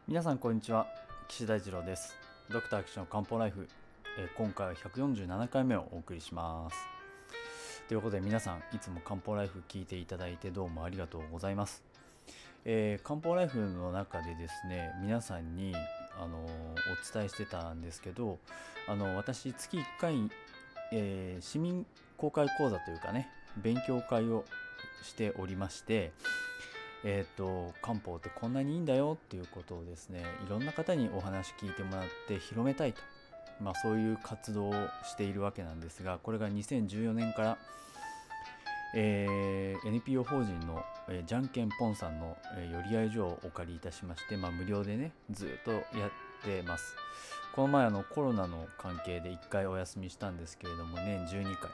皆さんこんにちは、岸大二郎です。ドクター岸の漢方ライフ、今回は147回目をお送りします。ということで皆さんいつも漢方ライフ聞いていただいてどうもありがとうございます。漢方ライフの中でですね、皆さんにお伝えしてたんですけど、私月1回、市民公開講座というかね、勉強会をしておりまして、漢方ってこんなにいいんだよっていうことをですね、いろんな方にお話聞いてもらって広めたいと、そういう活動をしているわけなんですが、これが2014年から、NPO 法人の、じゃんけんぽんさんの、寄り合い所をお借りいたしまして、無料でねずっとやってます。この前コロナの関係で1回お休みしたんですけれども、年12回、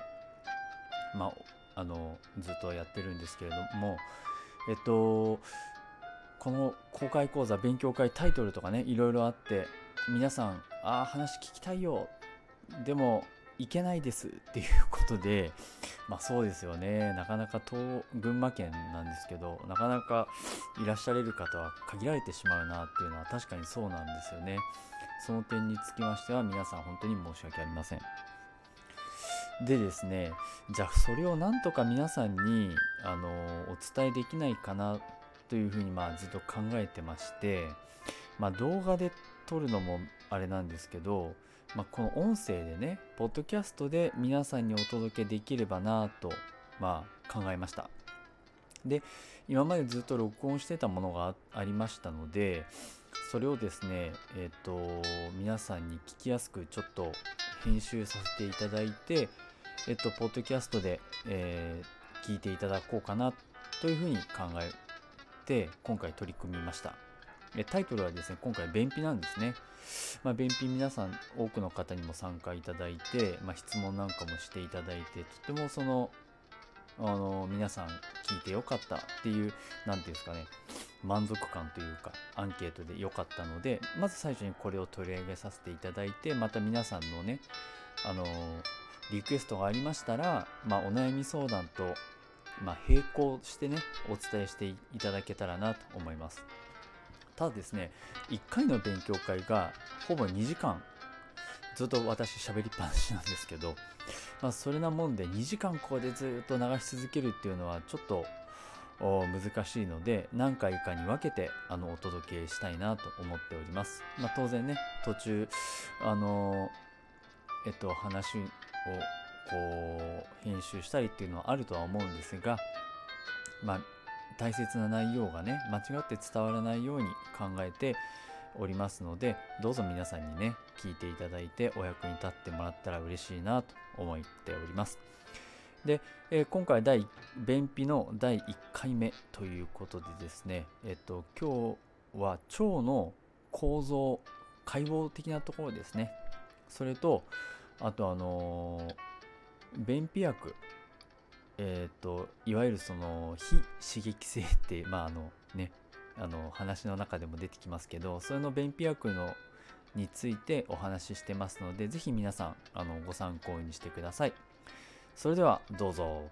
ずっとやってるんですけれども、この公開講座勉強会タイトルとかね、いろいろあって、皆さん話聞きたいよ、でも行けないですっていうことで、そうですよね、なかなか群馬県なんですけど、なかなかいらっしゃれる方は限られてしまうなっていうのは確かにそうなんですよね。その点につきましては皆さん本当に申し訳ありません。でですね、じゃあそれをなんとか皆さんにお伝えできないかなというふうにずっと考えてまして、動画で撮るのもあれなんですけど、この音声でね、ポッドキャストで皆さんにお届けできればなと、考えました。で、今までずっと録音してたものが ありましたので、それをですね、皆さんに聞きやすくちょっと編集させていただいて、ポッドキャストで、聞いていただこうかなというふうに考えて今回取り組みました。タイトルはですね、今回便秘なんですね。便秘、皆さん多くの方にも参加いただいて、質問なんかもしていただいて、とても皆さん聞いてよかったっていう、なんていうんですかね、満足感というかアンケートで良かったので、まず最初にこれを取り上げさせていただいて、また皆さんのねリクエストがありましたら、お悩み相談と、並行してねお伝えしていただけたらなと思います。ただですね、1回の勉強会がほぼ2時間ずっと私喋りっぱなしなんですけど、それなもんで2時間ここでずっと流し続けるっていうのはちょっと難しいので、何回かに分けてお届けしたいなと思っております。当然ね、途中話を編集したりっていうのはあるとは思うんですが、大切な内容がね間違って伝わらないように考えておりますので、どうぞ皆さんにね聞いていただいてお役に立ってもらったら嬉しいなと思っております。で、今回便秘の第1回目ということでですね、今日は腸の構造、解剖的なところですね、それとあと便秘薬、いわゆるその非刺激性って話の中でも出てきますけど、それの便秘薬についてお話ししてますので、ぜひ皆さんご参考にしてください。それではどうぞ。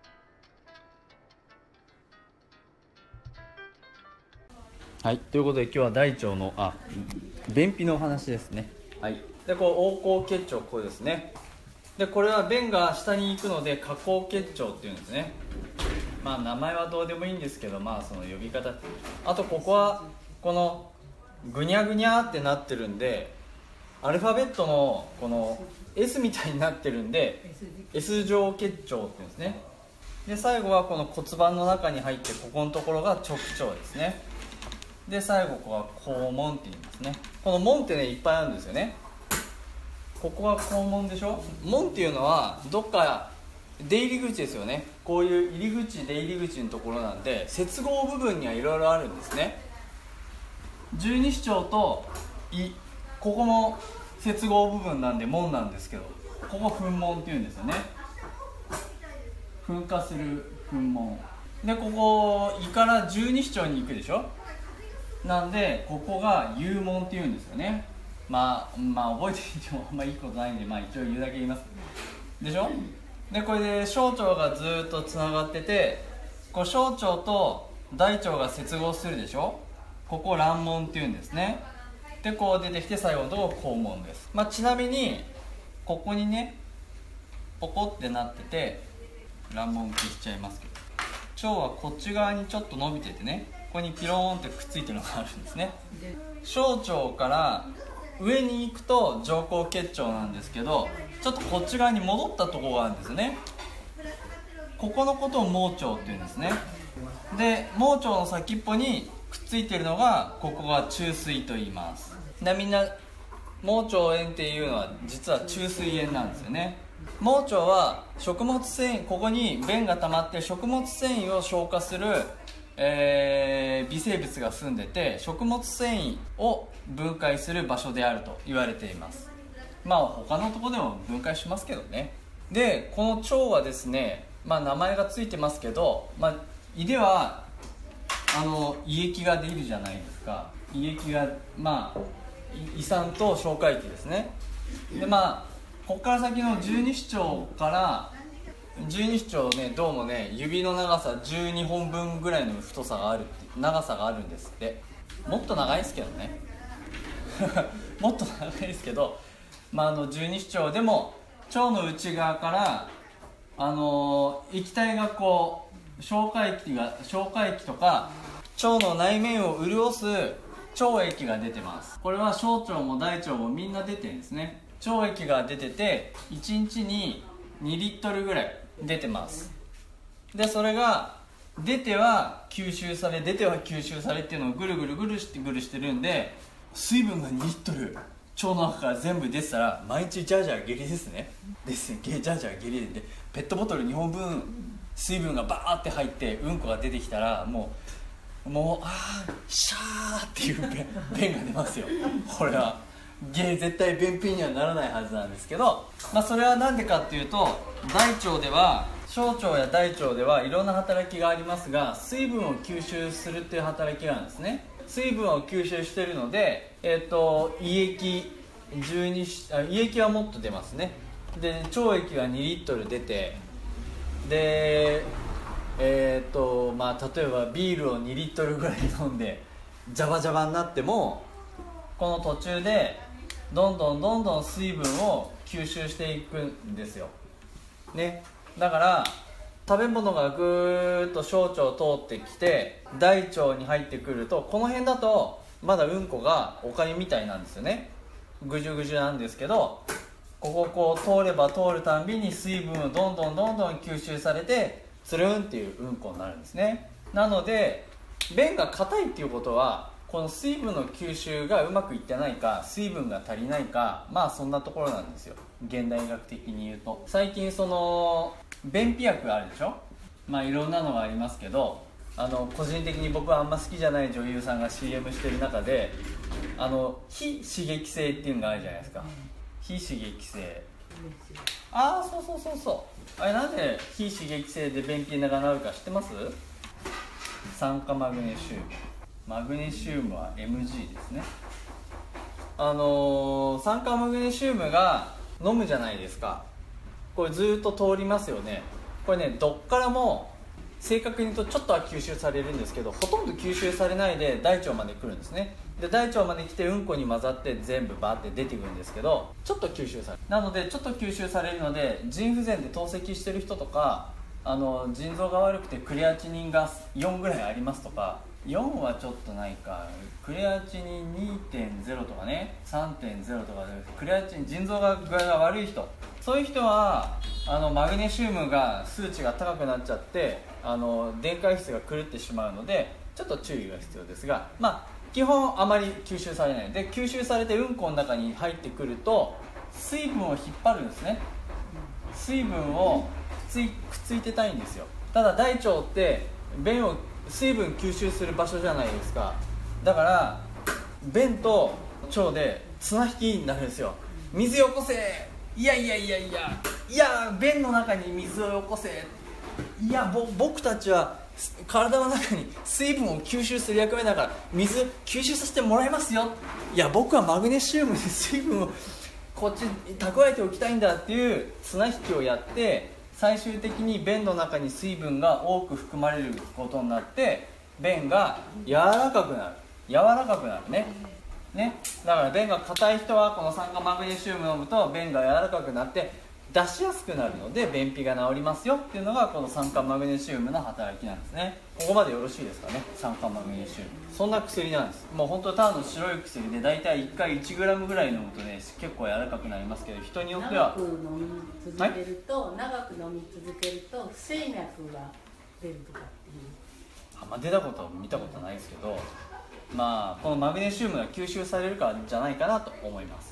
はい、ということで今日は大腸の便秘のお話ですね。はい。で、横行結腸、こうですね。で、これは便が下に行くので下行結腸っていうんですね。名前はどうでもいいんですけど、その呼び方、あとここはこのぐにゃぐにゃってなってるんで、アルファベットのこの S みたいになってるんで S 状結腸っていうんですね。で、最後はこの骨盤の中に入って、ここのところが直腸ですね。で、最後ここは肛門って言いますね。この門ってね、いっぱいあるんですよね。ここは肛門でしょ。門っていうのはどっか出入り口ですよね。こういう入り口出入り口のところなんで、接合部分にはいろいろあるんですね。十二指腸と胃、ここも接合部分なんで門なんですけど、ここ噴門っていうんですよね。噴火する噴門で、ここ胃から十二指腸に行くでしょ。なんでここが幽門っていうんですよね。覚えていてもあんまいいことないんで、一応言うだけ言いますでしょ。で、これで小腸がずっとつながってて、小腸と大腸が接合するでしょ。ここ卵門っていうんですね。 でこう出てきて最後のところ肛門です。ちなみにここにねポコってなってて、乱暴消しちゃいますけど、腸はこっち側にちょっと伸びててね、ここにピローンってくっついてるのがあるんですね。小腸から上に行くと上行結腸なんですけど、ちょっとこっち側に戻ったところがあるんですよね。ここのことを盲腸っていうんですね。で盲腸の先っぽにくっついてるのが、ここが虫垂と言います。でみんな盲腸炎っていうのは実は虫垂炎なんですよね。盲腸は食物繊維、ここに便が溜まって食物繊維を消化する、微生物が住んでて、食物繊維を分解する場所であると言われています。他のところでも分解しますけどね。でこの腸はですね、名前がついてますけど、胃では胃液が出るじゃないですか。胃液が胃酸と消化液ですね。でここから先の十二指腸から、十二指腸ね、どうもね指の長さ12本分ぐらいの太さがあるって長さがあるんですって。もっと長いですけどねもっと長いですけど、十二指腸でも腸の内側から液体がこう消化液とか腸の内面を潤す腸液が出てます。これは小腸も大腸もみんな出てるんですね。腸液が出てて1日に2リットルぐらい出てます。でそれが出ては吸収されっていうのをぐるぐるしてるんで、水分が2リットル腸の中から全部出てたら、毎日ジャージャー下痢ですね。ジャージャー下痢で、ペットボトル2本分水分がバーって入ってうんこが出てきたら、もうシャーっていう便が出ますよ。これは絶対便秘にはならないはずなんですけど、それは何でかっていうと、小腸や大腸ではいろんな働きがありますが、水分を吸収するっていう働きがあるんですね。水分を吸収しているので、胃液はもっと出ますね。で腸液が2リットル出て、で例えばビールを2リットルぐらい飲んでジャバジャバになっても、この途中でどんどん水分を吸収していくんですよね。だから食べ物がぐーっと小腸を通ってきて大腸に入ってくると、この辺だとまだうんこがおかゆみたいなんですよね。ぐじゅぐじゅなんですけど、こう通れば通るたんびに水分をどんどん吸収されて、つるんっていううんこになるんですね。なので便が硬いっていうことは、この水分の吸収がうまくいってないか、水分が足りないか、そんなところなんですよ、現代医学的に言うと。最近便秘薬があるでしょ。いろんなのがありますけど、個人的に僕はあんま好きじゃない女優さんが CM してる中で、非刺激性っていうのがあるじゃないですか。非刺激性、そうあれ、なんで非刺激性で便秘が治るか知ってます？酸化マグネシウム。マグネシウムは Mg ですね。酸化マグネシウムが飲むじゃないですか。これずっと通りますよね。これね、どっからも正確に言うとちょっとは吸収されるんですけど、ほとんど吸収されないで大腸まで来るんですね。で大腸まで来てうんこに混ざって全部バーって出てくるんですけど、ちょっと吸収される。なのでちょっと吸収されるので、腎不全で透析してる人とか、腎臓が悪くてクレアチニンが4ぐらいありますとか、4はちょっとないか、クレアチニン 2.0 とかね 3.0 とかで、クレアチニン、腎臓が具合が悪い人、そういう人はマグネシウムが数値が高くなっちゃって電解質が狂ってしまうので、ちょっと注意が必要ですが、基本あまり吸収されないで、吸収されてうんこの中に入ってくると水分を引っ張るんですね。水分をくっついてたいんですよ。ただ大腸って水分吸収する場所じゃないですか。だから便と腸で綱引きになるんですよ。水よこせ、いや便の中に水をよこせ、僕たちは体の中に水分を吸収する役割だから水吸収させてもらいますよ。僕はマグネシウムで水分をこっち蓄えておきたいんだっていう綱引きをやって、最終的に便の中に水分が多く含まれることになって、便が柔らかくなるね。 ね、だから便が硬い人はこの酸化マグネシウムを飲むと便が柔らかくなって出しやすくなるので便秘が治りますよっていうのがこの酸化マグネシウムの働きなんですね。ここまでよろしいですかね。酸化マグネシウム、そんな薬なんです。もう本当ただの白い薬でだいたい1回 1g ぐらい飲むとね結構柔らかくなりますけど、人によっては長く飲み続けると、はい、長く飲み続けると不整脈が出るとかっていう。 出たことは見たことないですけど、まあこのマグネシウムが吸収されるからじゃないかなと思います。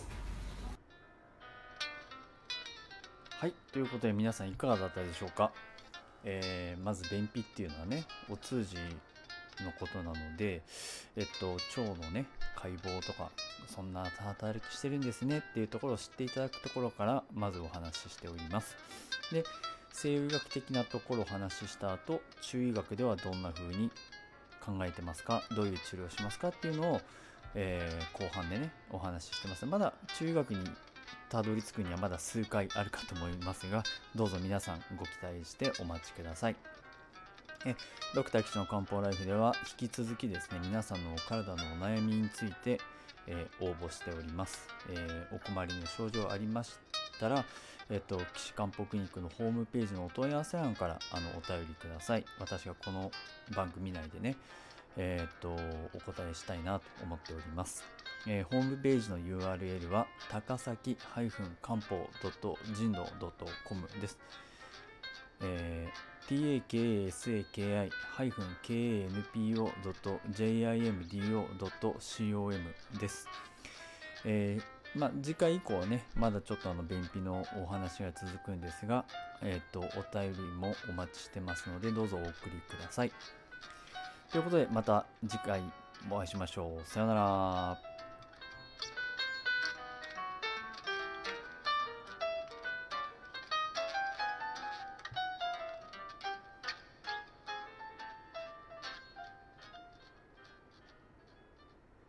はい、ということで皆さんいかがだったでしょうか。まず便秘っていうのはねお通じのことなので、腸のね解剖とかそんな働きしてるんですねっていうところを知っていただくところからまずお話ししております。で、西洋医学的なところをお話しした後、中医学ではどんな風に考えてますか、どういう治療をしますかっていうのを、後半でねお話ししてます。まだ中医学にたどり着くにはまだ数回あるかと思いますが、どうぞ皆さんご期待してお待ちください。ドクター岸の漢方ライフでは引き続きですね皆さんのお体のお悩みについて、応募しております。お困りの症状ありましたら、岸漢方クリニックのホームページのお問い合わせ欄からお便りください。私がこの番組内でね、お答えしたいなと思っております。ホームページの URL は高崎漢方人道 .com です。takasaki-kanpo.jimdo.com です。次回以降ねまだちょっと便秘のお話が続くんですが、お便りもお待ちしてますのでどうぞお送りください。ということでまた次回お会いしましょう。さようなら。